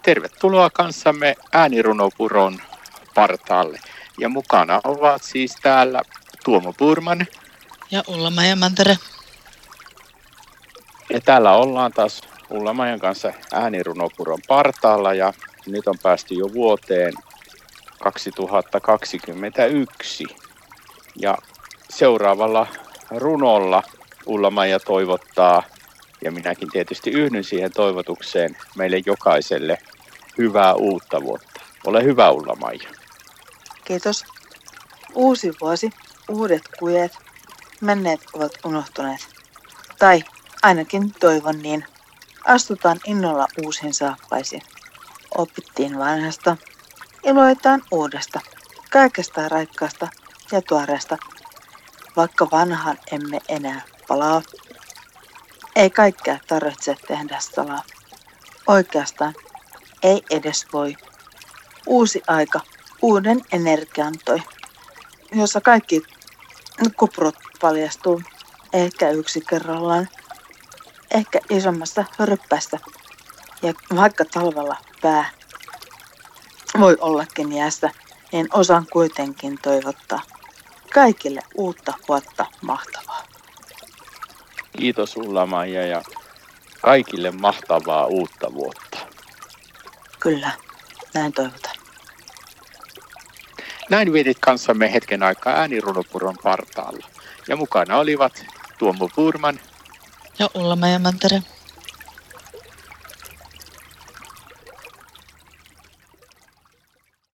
Tervetuloa kanssamme äänirunopuron partaalle. Ja mukana ovat siis täällä Tuomo Purman. Ja Ulla-Maija Mantere. Ja täällä ollaan taas Ulla-Maijan kanssa äänirunopuron partaalla ja nyt on päästy jo vuoteen 2021. Ja seuraavalla runolla Ulla-Maija toivottaa, ja minäkin tietysti yhdyn siihen toivotukseen, meille jokaiselle hyvää uutta vuotta. Ole hyvä, Ulla-Maija. Kiitos. Uusi vuosi, uudet kujet, menneet ovat unohtuneet. Tai ainakin toivon niin. Astutaan innolla uusiin saappaisiin. Opittiin vanhasta, iloitaan uudesta, kaikesta raikkaasta ja tuoreesta. Vaikka vanhaan emme enää palaa, ei kaikkea tarvitse tehdä salaa. Oikeastaan ei edes voi. Uusi aika uuden energian toi, jossa kaikki kuprut paljastuu, ehkä yksi kerrallaan, ehkä isommasta ryppästä. Ja vaikka talvella pää voi ollakin jäässä, niin osaan kuitenkin toivottaa kaikille uutta vuotta mahtavaa. Kiitos Ulla-Maija ja kaikille mahtavaa uutta vuotta. Kyllä, näin toivotan. Näin vietit kanssamme hetken aikaa äänirunopuron partaalla. Ja mukana olivat Tuomo Purman Ja Ulla-Maija Mantere.